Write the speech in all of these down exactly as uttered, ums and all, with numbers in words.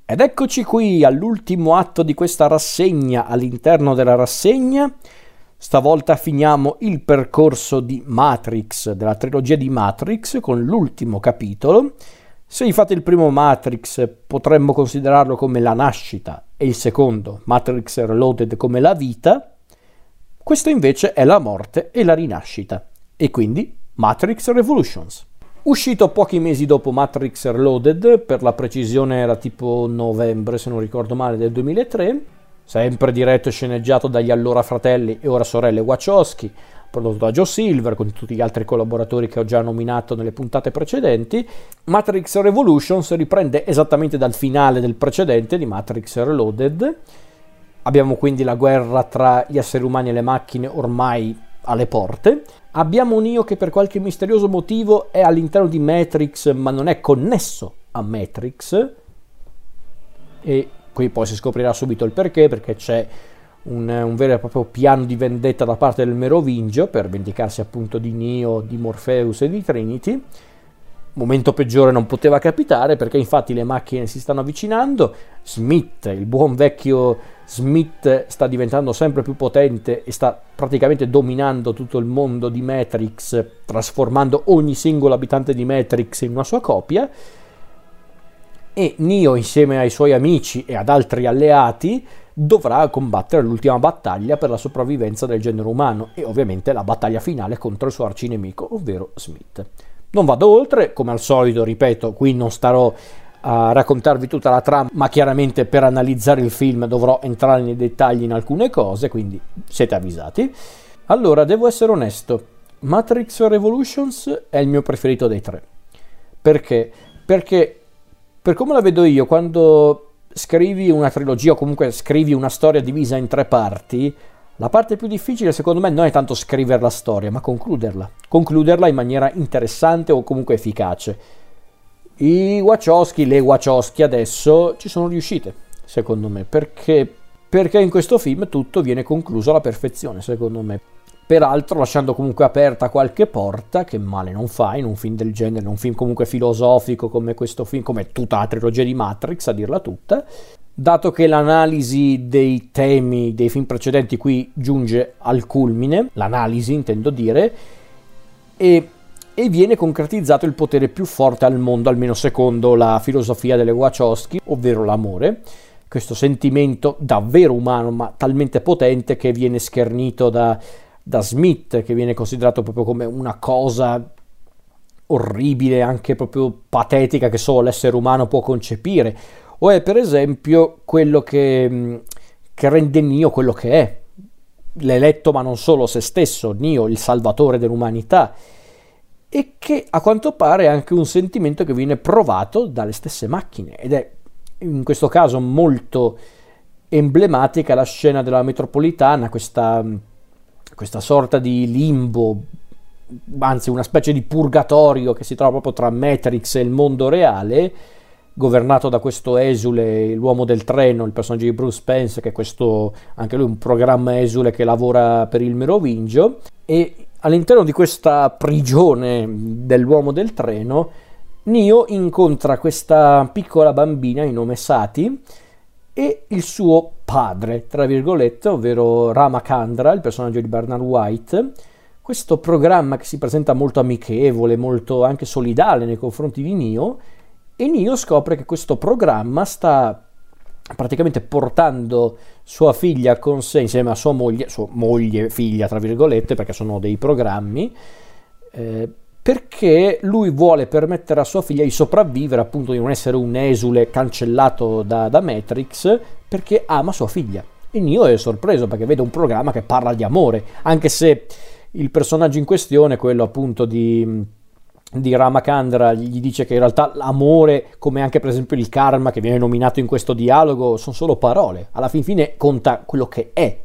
Ed eccoci qui all'ultimo atto di questa rassegna. All'interno della rassegna stavolta finiamo il percorso di Matrix, della trilogia di Matrix, con l'ultimo capitolo. Se infatti il primo Matrix potremmo considerarlo come la nascita e il secondo Matrix Reloaded come la vita, questo invece è la morte e la rinascita, e quindi Matrix Revolutions. Uscito pochi mesi dopo Matrix Reloaded, per la precisione era tipo novembre se non ricordo male del duemilatré, sempre diretto e sceneggiato dagli allora fratelli e ora sorelle Wachowski, prodotto da Joe Silver con tutti gli altri collaboratori che ho già nominato nelle puntate precedenti. Matrix Revolutions riprende esattamente dal finale del precedente di Matrix Reloaded. Abbiamo quindi la guerra tra gli esseri umani e le macchine ormai alle porte. Abbiamo Neo che per qualche misterioso motivo è all'interno di Matrix ma non è connesso a Matrix, e qui poi si scoprirà subito il perché, perché c'è un, un vero e proprio piano di vendetta da parte del Merovingio per vendicarsi appunto di Neo, di Morpheus e di Trinity. Momento peggiore non poteva capitare, perché infatti le macchine si stanno avvicinando. Smith, il buon vecchio Smith, sta diventando sempre più potente e sta praticamente dominando tutto il mondo di Matrix, trasformando ogni singolo abitante di Matrix in una sua copia. E Neo, insieme ai suoi amici e ad altri alleati, dovrà combattere l'ultima battaglia per la sopravvivenza del genere umano e ovviamente la battaglia finale contro il suo arcinemico, ovvero Smith. Non vado oltre, come al solito, ripeto, qui non starò a raccontarvi tutta la trama, ma chiaramente per analizzare il film dovrò entrare nei dettagli in alcune cose, quindi siete avvisati. Allora, devo essere onesto, Matrix Revolutions è il mio preferito dei tre. Perché? Perché, per come la vedo io, quando scrivi una trilogia o comunque scrivi una storia divisa in tre parti, la parte più difficile secondo me non è tanto scrivere la storia, ma concluderla. Concluderla in maniera interessante o comunque efficace. I Wachowski, le Wachowski adesso ci sono riuscite, secondo me, perché, perché in questo film tutto viene concluso alla perfezione, secondo me. Peraltro lasciando comunque aperta qualche porta, che male non fa in un film del genere, un film comunque filosofico come questo film, come tutta la trilogia di Matrix, a dirla tutta. Dato che l'analisi dei temi dei film precedenti qui giunge al culmine, l'analisi intendo dire, e, e viene concretizzato il potere più forte al mondo, almeno secondo la filosofia delle Wachowski, ovvero l'amore, questo sentimento davvero umano ma talmente potente che viene schernito da, da Smith, che viene considerato proprio come una cosa orribile, anche proprio patetica, che solo l'essere umano può concepire. O è per esempio quello che, che rende Neo quello che è, l'eletto ma non solo se stesso, Neo, il salvatore dell'umanità, e che a quanto pare è anche un sentimento che viene provato dalle stesse macchine, ed è in questo caso molto emblematica la scena della metropolitana, questa, questa sorta di limbo, anzi una specie di purgatorio che si trova proprio tra Matrix e il mondo reale, governato da questo esule, l'uomo del treno, il personaggio di Bruce Spence, che è questo, anche lui un programma esule che lavora per il Merovingio, e all'interno di questa prigione dell'uomo del treno, Neo incontra questa piccola bambina di nome Sati e il suo padre, tra virgolette, ovvero Rama Chandra, il personaggio di Bernard White, questo programma che si presenta molto amichevole, molto anche solidale nei confronti di Neo. E Neo scopre che questo programma sta praticamente portando sua figlia con sé insieme a sua moglie, sua moglie, figlia tra virgolette, perché sono dei programmi, eh, perché lui vuole permettere a sua figlia di sopravvivere, appunto di non essere un esule cancellato da, da Matrix, perché ama sua figlia. E Neo è sorpreso perché vede un programma che parla di amore, anche se il personaggio in questione, quello appunto di... di Ramachandra, gli dice che in realtà l'amore, come anche per esempio il karma che viene nominato in questo dialogo, sono solo parole. Alla fin fine conta quello che è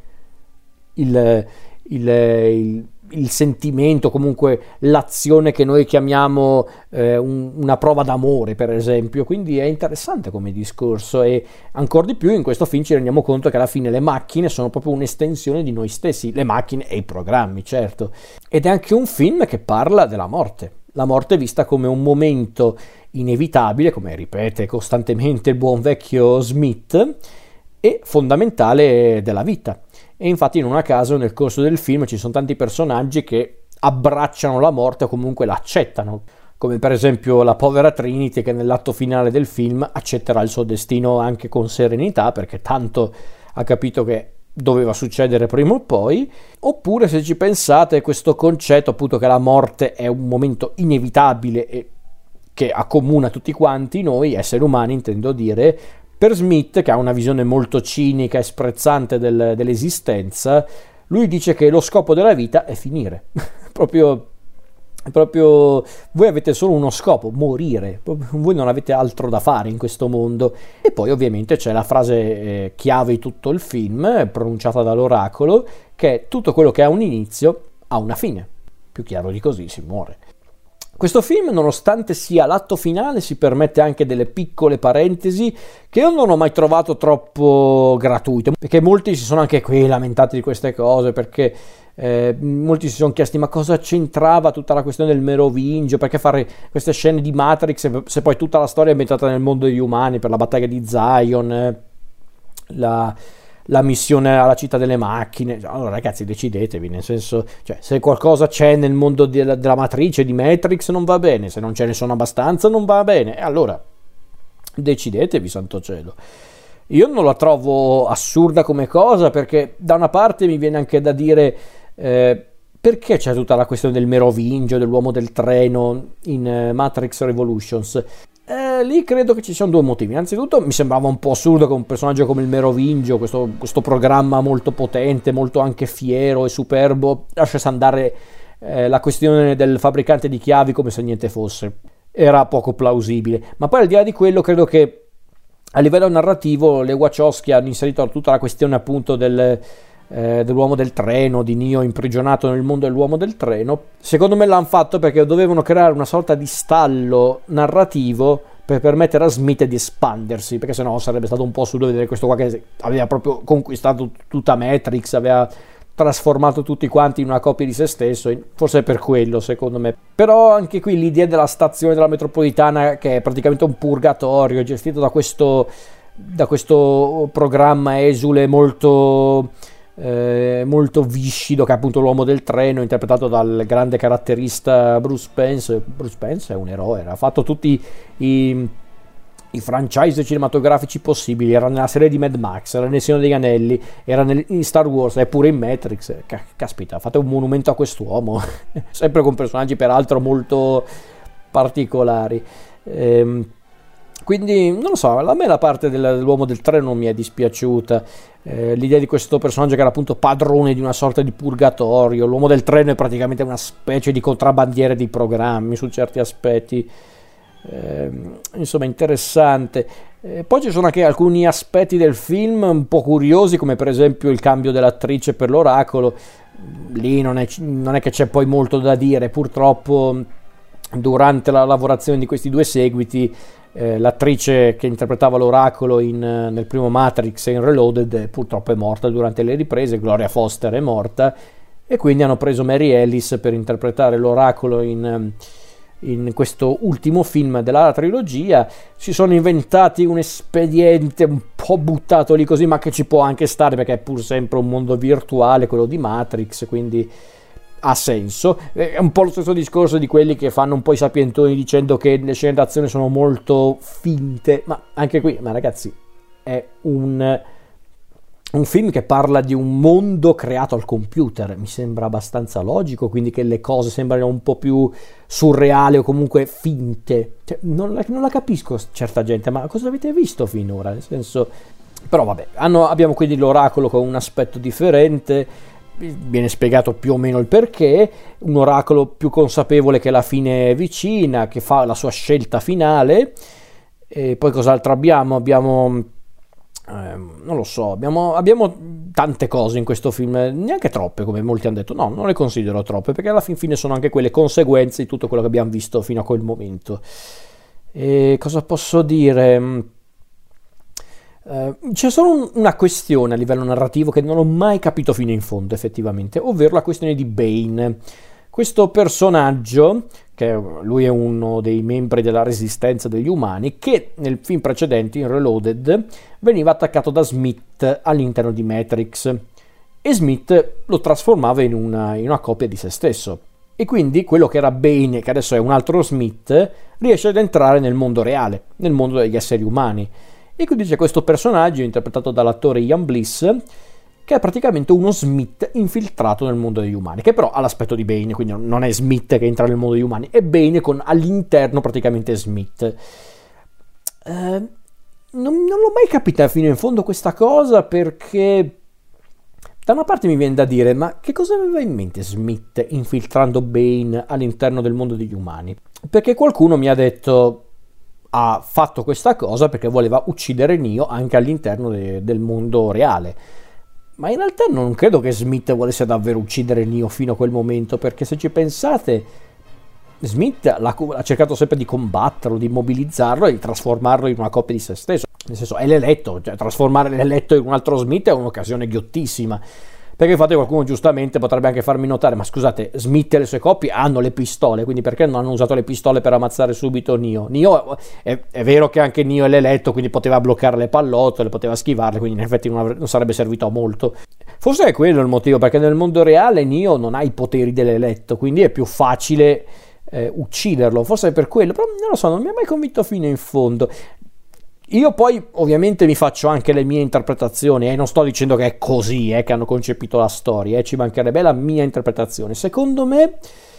il, il, il, il sentimento, comunque l'azione che noi chiamiamo eh, un, una prova d'amore, per esempio. Quindi è interessante come discorso, e ancora di più in questo film ci rendiamo conto che alla fine le macchine sono proprio un'estensione di noi stessi, le macchine e i programmi, certo. Ed è anche un film che parla della morte. La morte è vista come un momento inevitabile, come ripete costantemente il buon vecchio Smith, e fondamentale della vita. E infatti non a caso nel corso del film ci sono tanti personaggi che abbracciano la morte o comunque la accettano, come per esempio la povera Trinity, che nell'atto finale del film accetterà il suo destino anche con serenità, perché tanto ha capito che doveva succedere prima o poi. Oppure, se ci pensate, questo concetto appunto che la morte è un momento inevitabile e che accomuna tutti quanti noi esseri umani, intendo dire, per Smith, che ha una visione molto cinica e sprezzante del, dell'esistenza, lui dice che lo scopo della vita è finire. proprio proprio voi avete solo uno scopo: morire. Voi non avete altro da fare in questo mondo. E poi ovviamente c'è la frase eh, chiave di tutto il film, pronunciata dall'oracolo, che è: tutto quello che ha un inizio ha una fine. Più chiaro di così si muore. Questo film, nonostante sia l'atto finale, si permette anche delle piccole parentesi che io non ho mai trovato troppo gratuite, perché molti si sono anche qui lamentati di queste cose, perché eh, molti si sono chiesti ma cosa c'entrava tutta la questione del Merovingio, perché fare queste scene di Matrix se poi tutta la storia è ambientata nel mondo degli umani, per la battaglia di Zion, eh, la... la missione alla città delle macchine. Allora ragazzi, decidetevi, nel senso, cioè, se qualcosa c'è nel mondo della, della matrice di Matrix non va bene, se non ce ne sono abbastanza non va bene, e allora decidetevi, santo cielo. Io non la trovo assurda come cosa, perché da una parte mi viene anche da dire eh, perché c'è tutta la questione del Merovingio, dell'uomo del treno in eh, Matrix Revolutions. Eh, lì credo che ci siano due motivi. Innanzitutto mi sembrava un po' assurdo che un personaggio come il Merovingio, questo, questo programma molto potente, molto anche fiero e superbo, lasciasse andare eh, la questione del fabbricante di chiavi come se niente fosse. Era poco plausibile. Ma poi, al di là di quello, credo che a livello narrativo le Wachowski hanno inserito tutta la questione appunto del Eh, dell'uomo del treno, di Neo imprigionato nel mondo dell'uomo del treno. Secondo me l'hanno fatto perché dovevano creare una sorta di stallo narrativo per permettere a Smith di espandersi, perché sennò sarebbe stato un po' assurdo vedere questo qua che aveva proprio conquistato tutta Matrix, aveva trasformato tutti quanti in una copia di se stesso. Forse è per quello, secondo me. Però anche qui l'idea della stazione della metropolitana, che è praticamente un purgatorio, gestito da questo da questo programma esule molto Eh, molto viscido, che è appunto l'uomo del treno, interpretato dal grande caratterista Bruce Spence. Bruce Spence è un eroe, ha fatto tutti i, i franchise cinematografici possibili, era nella serie di Mad Max, era nel Signore degli Anelli, era nel, in Star Wars, è pure in Matrix. Caspita, fate un monumento a quest'uomo. Sempre con personaggi peraltro molto particolari. ehm Quindi non lo so, a me la parte dell'uomo del treno non mi è dispiaciuta. Eh, l'idea di questo personaggio che era appunto padrone di una sorta di purgatorio. L'uomo del treno è praticamente una specie di contrabbandiere di programmi su certi aspetti. Eh, insomma, interessante. Eh, poi ci sono anche alcuni aspetti del film un po' curiosi, come per esempio il cambio dell'attrice per l'oracolo. Lì non è, non è che c'è poi molto da dire. Purtroppo durante la lavorazione di questi due seguiti, Eh, l'attrice che interpretava l'oracolo in, nel primo Matrix e in Reloaded purtroppo è morta durante le riprese. Gloria Foster è morta, e quindi hanno preso Mary Ellis per interpretare l'oracolo in, in questo ultimo film della trilogia. Si sono inventati un espediente un po' buttato lì così, ma che ci può anche stare perché è pur sempre un mondo virtuale quello di Matrix, quindi ha senso. È un po' lo stesso discorso di quelli che fanno un po' i sapientoni dicendo che le scene d'azione sono molto finte, ma anche qui, ma ragazzi, è un, un film che parla di un mondo creato al computer. Mi sembra abbastanza logico, quindi, che le cose sembrano un po' più surreali o comunque finte. Cioè, non, la, non la capisco certa gente, ma cosa avete visto finora? Nel senso, però vabbè, hanno, abbiamo quindi l'oracolo con un aspetto differente. Viene spiegato più o meno il perché, un oracolo più consapevole che la fine è vicina, che fa la sua scelta finale. E poi cos'altro abbiamo? Abbiamo eh, non lo so, abbiamo, abbiamo tante cose in questo film, neanche troppe come molti hanno detto. No, non le considero troppe, perché alla fin fine sono anche quelle conseguenze di tutto quello che abbiamo visto fino a quel momento. E cosa posso dire? Uh, c'è solo un, una questione a livello narrativo che non ho mai capito fino in fondo effettivamente, ovvero la questione di Bane. questo personaggio, che lui è uno dei membri della resistenza degli umani, che nel film precedente, in Reloaded, veniva attaccato da Smith all'interno di Matrix, e Smith lo trasformava in una, in una copia di se stesso. E quindi quello che era Bane, che adesso è un altro Smith, riesce ad entrare nel mondo reale, nel mondo degli esseri umani. E quindi c'è questo personaggio interpretato dall'attore Ian Bliss, che è praticamente uno Smith infiltrato nel mondo degli umani, che però ha l'aspetto di Bane, quindi non è Smith che entra nel mondo degli umani, è Bane con all'interno praticamente Smith. Eh, non, non l'ho mai capita fino in fondo questa cosa, perché da una parte mi viene da dire, ma che cosa aveva in mente Smith infiltrando Bane all'interno del mondo degli umani? Perché qualcuno mi ha detto ha fatto questa cosa perché voleva uccidere Neo anche all'interno de- del mondo reale. Ma in realtà non credo che Smith volesse davvero uccidere Neo fino a quel momento, perché se ci pensate, Smith l'ha, ha cercato sempre di combatterlo, di mobilizzarlo e di trasformarlo in una copia di se stesso. Nel senso, è l'eletto, cioè trasformare l'eletto in un altro Smith è un'occasione ghiottissima. Perché infatti qualcuno giustamente potrebbe anche farmi notare, ma scusate, Smith e le sue coppie hanno le pistole, quindi perché non hanno usato le pistole per ammazzare subito Neo? Neo è, è vero che anche Neo è l'eletto, quindi poteva bloccare le pallottole, poteva schivarle, quindi in effetti non, avrebbe, non sarebbe servito a molto. Forse è quello il motivo, perché nel mondo reale Neo non ha i poteri dell'eletto, quindi è più facile eh, ucciderlo, forse è per quello, però non lo so, non mi ha mai convinto fino in fondo. Io poi ovviamente mi faccio anche le mie interpretazioni e eh, non sto dicendo che è così eh, che hanno concepito la storia, eh, ci mancherebbe la mia interpretazione. Secondo me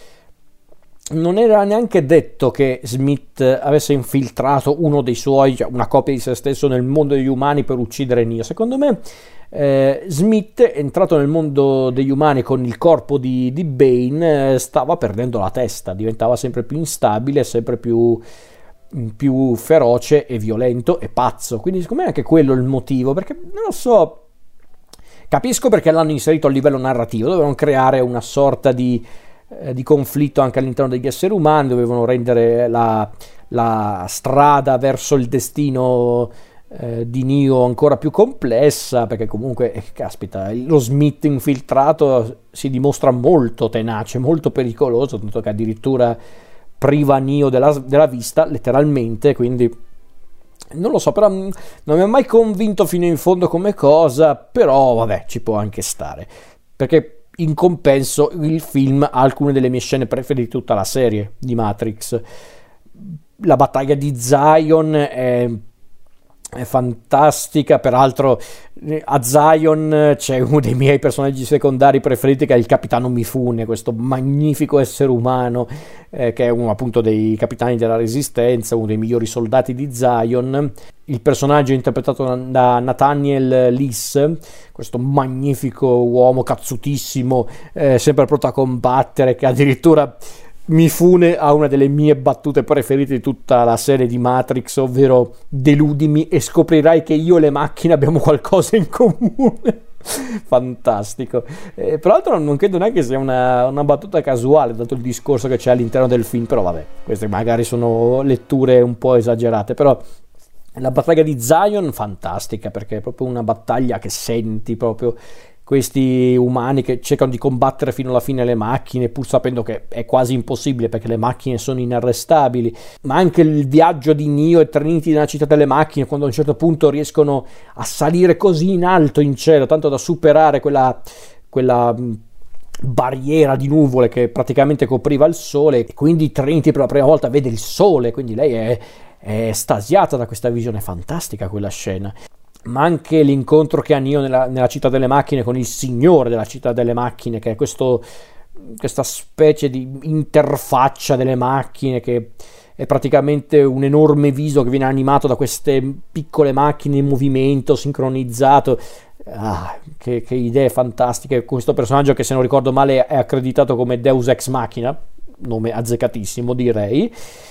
non era neanche detto che Smith avesse infiltrato uno dei suoi, cioè una copia di se stesso nel mondo degli umani per uccidere Neo. Secondo me eh, Smith, entrato nel mondo degli umani con il corpo di, di Bane, eh, stava perdendo la testa, diventava sempre più instabile, sempre più... più feroce e violento e pazzo, quindi secondo me è anche quello il motivo, perché non lo so, capisco perché l'hanno inserito a livello narrativo, dovevano creare una sorta di, eh, di conflitto anche all'interno degli esseri umani, dovevano rendere la, la strada verso il destino eh, di Neo ancora più complessa, perché comunque eh, caspita, lo Smith infiltrato si dimostra molto tenace, molto pericoloso, tanto che addirittura priva Neo della, della vista letteralmente, quindi non lo so, però non mi ha mai convinto fino in fondo come cosa, però vabbè, ci può anche stare, perché in compenso il film ha alcune delle mie scene preferite di tutta la serie di Matrix. La battaglia di Zion è è fantastica, peraltro a Zion c'è uno dei miei personaggi secondari preferiti, che è il capitano Mifune, questo magnifico essere umano eh, che è uno appunto dei capitani della Resistenza, uno dei migliori soldati di Zion. Il personaggio interpretato da Nathaniel Lees, questo magnifico uomo cazzutissimo, eh, sempre pronto a combattere, che addirittura Mifune ha una delle mie battute preferite di tutta la serie di Matrix, ovvero deludimi e scoprirai che io e le macchine abbiamo qualcosa in comune. Fantastico. Eh, peraltro non credo neanche sia una, una battuta casuale, dato il discorso che c'è all'interno del film, però vabbè, queste magari sono letture un po' esagerate, però la battaglia di Zion fantastica, perché è proprio una battaglia che senti proprio questi umani che cercano di combattere fino alla fine le macchine, pur sapendo che è quasi impossibile perché le macchine sono inarrestabili, ma anche il viaggio di Neo e Trinity nella città delle macchine, quando a un certo punto riescono a salire così in alto in cielo, tanto da superare quella, quella barriera di nuvole che praticamente copriva il sole, e quindi Trinity per la prima volta vede il sole, quindi lei è, è estasiata da questa visione. Fantastica quella scena. Ma anche l'incontro che ha Neo nella, nella città delle macchine con il signore della città delle macchine, che è questo, questa specie di interfaccia delle macchine, che è praticamente un enorme viso che viene animato da queste piccole macchine in movimento sincronizzato. Ah, che, che idee fantastiche. Questo personaggio, che se non ricordo male è accreditato come Deus Ex Machina, nome azzeccatissimo direi.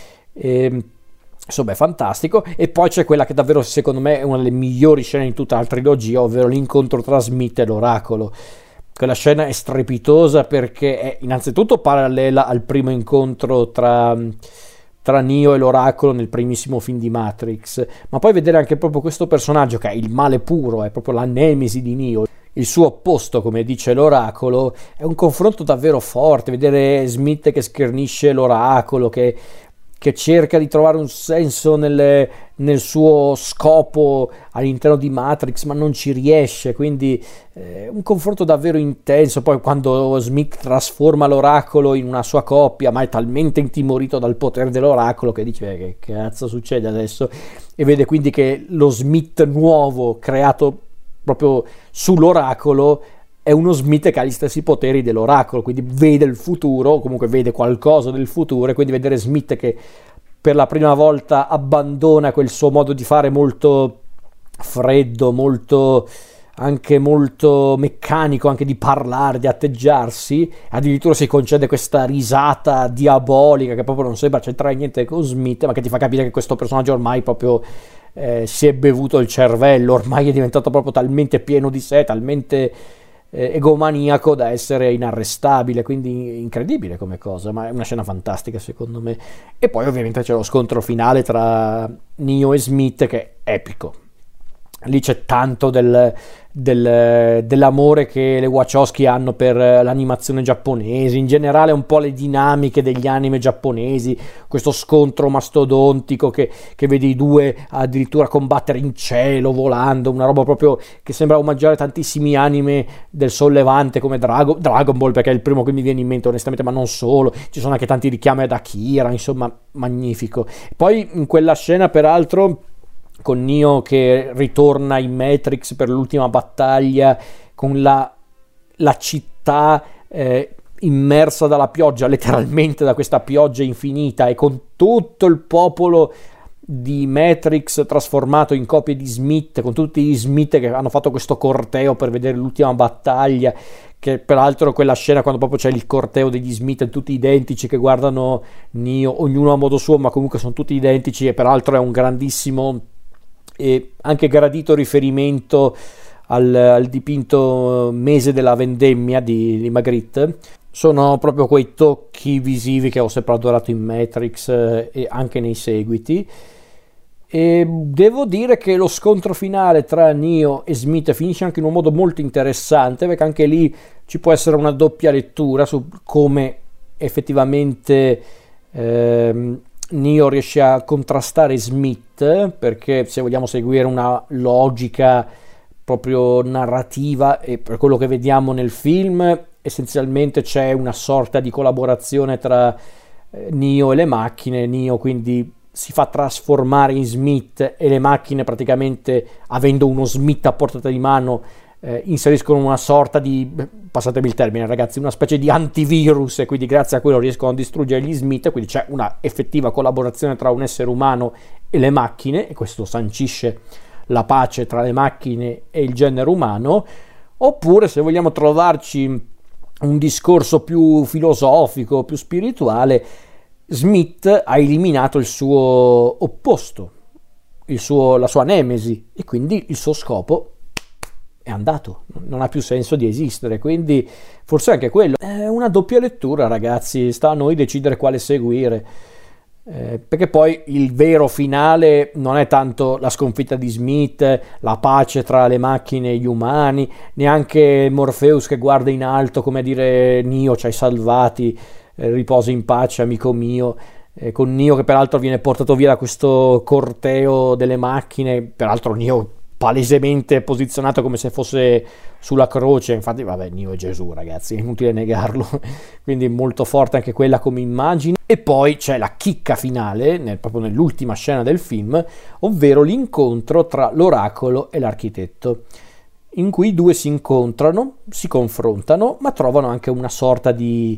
E, insomma è fantastico. E poi c'è quella che davvero secondo me è una delle migliori scene in tutta la trilogia, ovvero l'incontro tra Smith e l'oracolo. Quella scena è strepitosa perché è innanzitutto parallela al primo incontro tra, tra Neo e l'oracolo nel primissimo film di Matrix, ma poi vedere anche proprio questo personaggio che è il male puro, è proprio la nemesi di Neo, il suo opposto, come dice l'oracolo, è un confronto davvero forte, vedere Smith che schernisce l'oracolo, che, che cerca di trovare un senso nel, nel suo scopo all'interno di Matrix, ma non ci riesce, quindi eh, un confronto davvero intenso. Poi quando Smith trasforma l'oracolo in una sua coppia, ma è talmente intimorito dal potere dell'oracolo che dice che cazzo succede adesso, e vede quindi che lo Smith nuovo creato proprio sull'oracolo è uno Smith che ha gli stessi poteri dell'oracolo, quindi vede il futuro, comunque vede qualcosa del futuro, e quindi vedere Smith che per la prima volta abbandona quel suo modo di fare molto freddo, molto anche molto meccanico, anche di parlare, di atteggiarsi, addirittura si concede questa risata diabolica che proprio non sembra c'entrare niente con Smith, ma che ti fa capire che questo personaggio ormai proprio eh, si è bevuto il cervello, ormai è diventato proprio talmente pieno di sé, talmente eh, egomaniaco da essere inarrestabile, quindi incredibile come cosa, ma è una scena fantastica secondo me. E poi ovviamente c'è lo scontro finale tra Neo e Smith che è epico. Lì c'è tanto del, del, dell'amore che le Wachowski hanno per l'animazione giapponese, in generale un po' le dinamiche degli anime giapponesi, questo scontro mastodontico che, che vede i due addirittura combattere in cielo, volando, una roba proprio che sembra omaggiare tantissimi anime del sollevante come Dragon, Dragon Ball, perché è il primo che mi viene in mente onestamente, ma non solo, ci sono anche tanti richiami ad Akira, insomma magnifico. Poi in quella scena peraltro con Neo che ritorna in Matrix per l'ultima battaglia, con la, la città eh, immersa dalla pioggia, letteralmente da questa pioggia infinita, e con tutto il popolo di Matrix trasformato in copie di Smith, con tutti gli Smith che hanno fatto questo corteo per vedere l'ultima battaglia, che peraltro quella scena quando proprio c'è il corteo degli Smith tutti identici che guardano Neo, ognuno a modo suo ma comunque sono tutti identici, e peraltro è un grandissimo e anche gradito riferimento al, al dipinto Mese della vendemmia di, di Magritte. Sono proprio quei tocchi visivi che ho sempre adorato in Matrix eh, e anche nei seguiti. E devo dire che lo scontro finale tra Neo e Smith finisce anche in un modo molto interessante, perché anche lì ci può essere una doppia lettura su come effettivamente ehm, Neo riesce a contrastare Smith, perché se vogliamo seguire una logica proprio narrativa, e per quello che vediamo nel film essenzialmente c'è una sorta di collaborazione tra eh, Neo e le macchine. Neo quindi si fa trasformare in Smith e le macchine, praticamente avendo uno Smith a portata di mano, eh, inseriscono una sorta di, passatemi il termine ragazzi, una specie di antivirus, e quindi grazie a quello riescono a distruggere gli Smith, quindi c'è una effettiva collaborazione tra un essere umano e le macchine, e questo sancisce la pace tra le macchine e il genere umano. Oppure se vogliamo trovarci un discorso più filosofico, più spirituale, Smith ha eliminato il suo opposto, il suo, la sua nemesi, e quindi il suo scopo è andato, non ha più senso di esistere. Quindi forse anche quello è una doppia lettura, ragazzi, sta a noi decidere quale seguire, eh, perché poi il vero finale non è tanto la sconfitta di Smith, la pace tra le macchine e gli umani, neanche Morpheus che guarda in alto come a dire Neo ci hai salvati, eh, riposa in pace amico mio, eh, con Neo che peraltro viene portato via da questo corteo delle macchine, peraltro Neo palesemente posizionato come se fosse sulla croce, infatti vabbè, Neo è Gesù ragazzi, è inutile negarlo, quindi molto forte anche quella come immagine. E poi c'è la chicca finale, nel, proprio nell'ultima scena del film, ovvero l'incontro tra l'oracolo e l'architetto, in cui i due si incontrano, si confrontano, ma trovano anche una sorta di,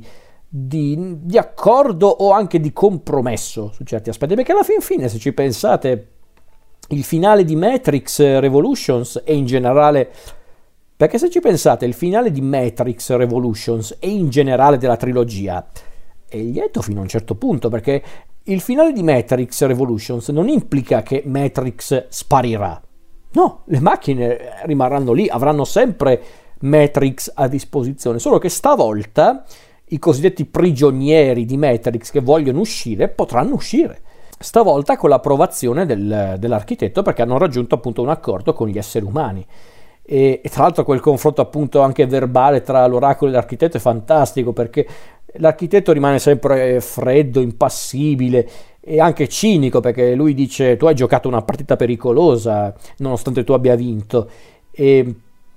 di, di accordo o anche di compromesso su certi aspetti, perché alla fin fine, se ci pensate, il finale di Matrix Revolutions e in generale, perché se ci pensate il finale di Matrix Revolutions e in generale della trilogia è lieto fino a un certo punto, perché il finale di Matrix Revolutions non implica che Matrix sparirà, no, le macchine rimarranno lì, avranno sempre Matrix a disposizione, solo che stavolta i cosiddetti prigionieri di Matrix che vogliono uscire potranno uscire, stavolta con l'approvazione del, dell'architetto, perché hanno raggiunto appunto un accordo con gli esseri umani. E, e tra l'altro quel confronto appunto anche verbale tra l'oracolo e l'architetto è fantastico, perché l'architetto rimane sempre freddo, impassibile e anche cinico, perché lui dice: tu hai giocato una partita pericolosa nonostante tu abbia vinto, e,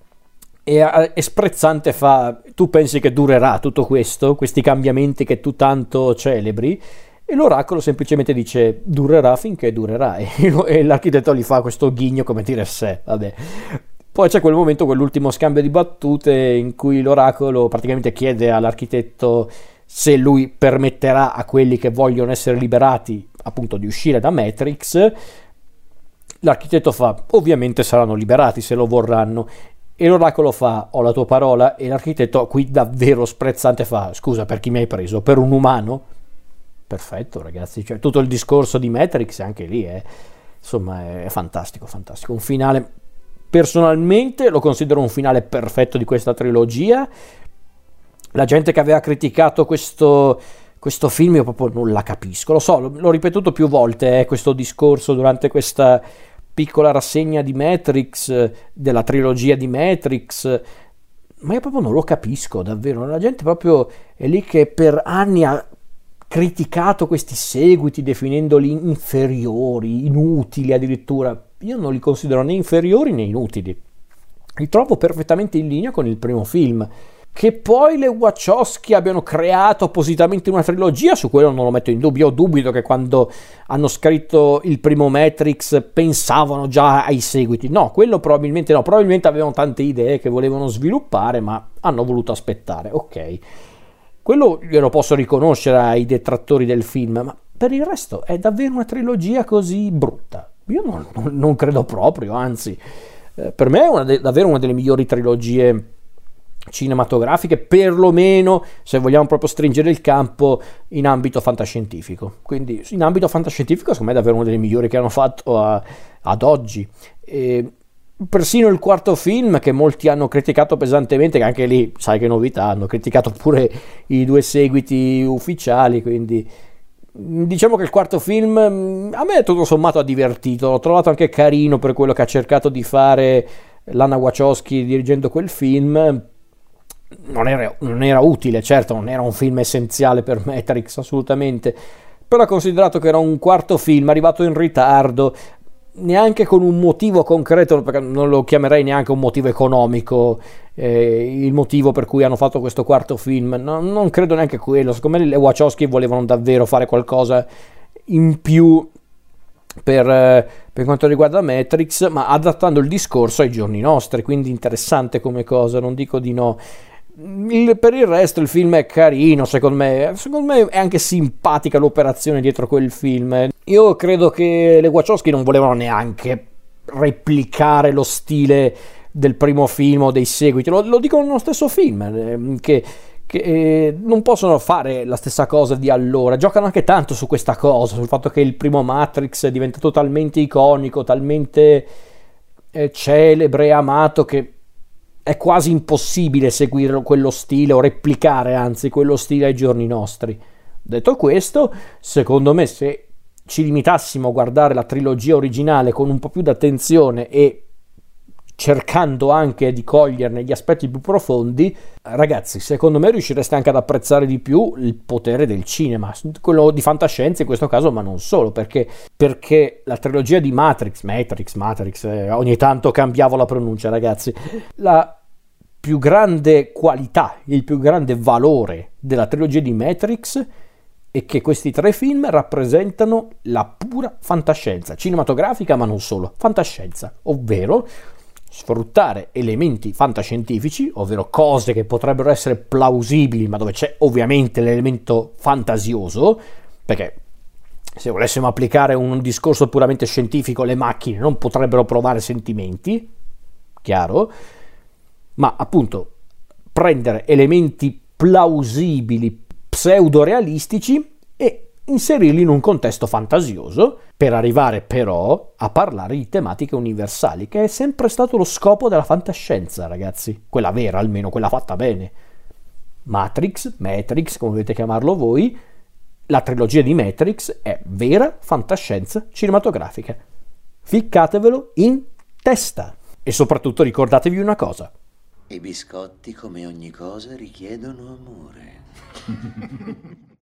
e, e Sprezzante fa: tu pensi che durerà tutto questo, questi cambiamenti che tu tanto celebri? E l'oracolo semplicemente dice: durerà finché durerà, e, e l'architetto gli fa questo ghigno come dire: se, vabbè. Poi c'è quel momento, quell'ultimo scambio di battute in cui l'oracolo praticamente chiede all'architetto se lui permetterà a quelli che vogliono essere liberati appunto di uscire da Matrix. L'architetto fa: ovviamente saranno liberati se lo vorranno. E l'oracolo fa: ho la tua parola. E l'architetto, qui davvero Sprezzante, fa: scusa, per chi mi hai preso? Per un umano? Perfetto, ragazzi, cioè tutto il discorso di Matrix anche lì è, insomma, è fantastico, fantastico. Un finale, personalmente lo considero un finale perfetto di questa trilogia. La gente che aveva criticato questo, questo film io proprio non la capisco, lo so, l'ho ripetuto più volte eh, questo discorso durante questa piccola rassegna di Matrix, della trilogia di Matrix, ma io proprio non lo capisco davvero. La gente proprio è lì che per anni ha criticato questi seguiti definendoli inferiori, inutili addirittura. Io non li considero né inferiori né inutili, li trovo perfettamente in linea con il primo film. Che poi le Wachowski abbiano creato appositamente una trilogia, su quello non lo metto in dubbio. Io dubito che quando hanno scritto il primo Matrix pensavano già ai seguiti, no, quello probabilmente no, probabilmente avevano tante idee che volevano sviluppare ma hanno voluto aspettare, ok, quello glielo posso riconoscere ai detrattori del film, ma per il resto è davvero una trilogia così brutta? Io non, non, non credo proprio, anzi, eh, per me è una de- davvero una delle migliori trilogie cinematografiche, perlomeno se vogliamo proprio stringere il campo in ambito fantascientifico. Quindi in ambito fantascientifico secondo me è davvero una delle migliori che hanno fatto a, ad oggi. E persino il quarto film, che molti hanno criticato pesantemente, che anche lì sai che novità, hanno criticato pure i due seguiti ufficiali, quindi diciamo che il quarto film a me tutto sommato ha divertito, l'ho trovato anche carino per quello che ha cercato di fare Lana Wachowski dirigendo quel film. Non era, non era utile, certo, non era un film essenziale per Matrix, assolutamente, però considerato che era un quarto film arrivato in ritardo, neanche con un motivo concreto, perché non lo chiamerei neanche un motivo economico, eh, il motivo per cui hanno fatto questo quarto film, no, non credo neanche quello. Secondo me le Wachowski volevano davvero fare qualcosa in più per, eh, per quanto riguarda Matrix, ma adattando il discorso ai giorni nostri, quindi interessante come cosa, non dico di no. Il, per il resto il film è carino, secondo me secondo me è anche simpatica l'operazione dietro quel film. Io credo che le Wachowski non volevano neanche replicare lo stile del primo film o dei seguiti, lo, lo dicono nello stesso film, eh, che, che eh, non possono fare la stessa cosa di allora. Giocano anche tanto su questa cosa, sul fatto che il primo Matrix è diventato talmente iconico, talmente eh, celebre e amato, che è quasi impossibile seguire quello stile o replicare anzi quello stile ai giorni nostri. Detto questo, secondo me se ci limitassimo a guardare la trilogia originale con un po' più d'attenzione e cercando anche di coglierne gli aspetti più profondi, ragazzi, secondo me riuscireste anche ad apprezzare di più il potere del cinema, quello di fantascienza in questo caso, ma non solo, perché, perché la trilogia di Matrix, Matrix, Matrix, eh, ogni tanto cambiavo la pronuncia, ragazzi, la più grande qualità, il più grande valore della trilogia di Matrix è che questi tre film rappresentano la pura fantascienza cinematografica, ma non solo, fantascienza, ovvero sfruttare elementi fantascientifici, ovvero cose che potrebbero essere plausibili, ma dove c'è ovviamente l'elemento fantasioso, perché se volessimo applicare un discorso puramente scientifico, le macchine non potrebbero provare sentimenti, chiaro, ma appunto prendere elementi plausibili, pseudo-realistici e inserirli in un contesto fantasioso, per arrivare però a parlare di tematiche universali, che è sempre stato lo scopo della fantascienza, ragazzi, quella vera almeno, quella fatta bene. Matrix, Matrix, come volete chiamarlo voi, la trilogia di Matrix è vera fantascienza cinematografica. Ficcatevelo in testa. E soprattutto ricordatevi una cosa. I biscotti, come ogni cosa, richiedono amore.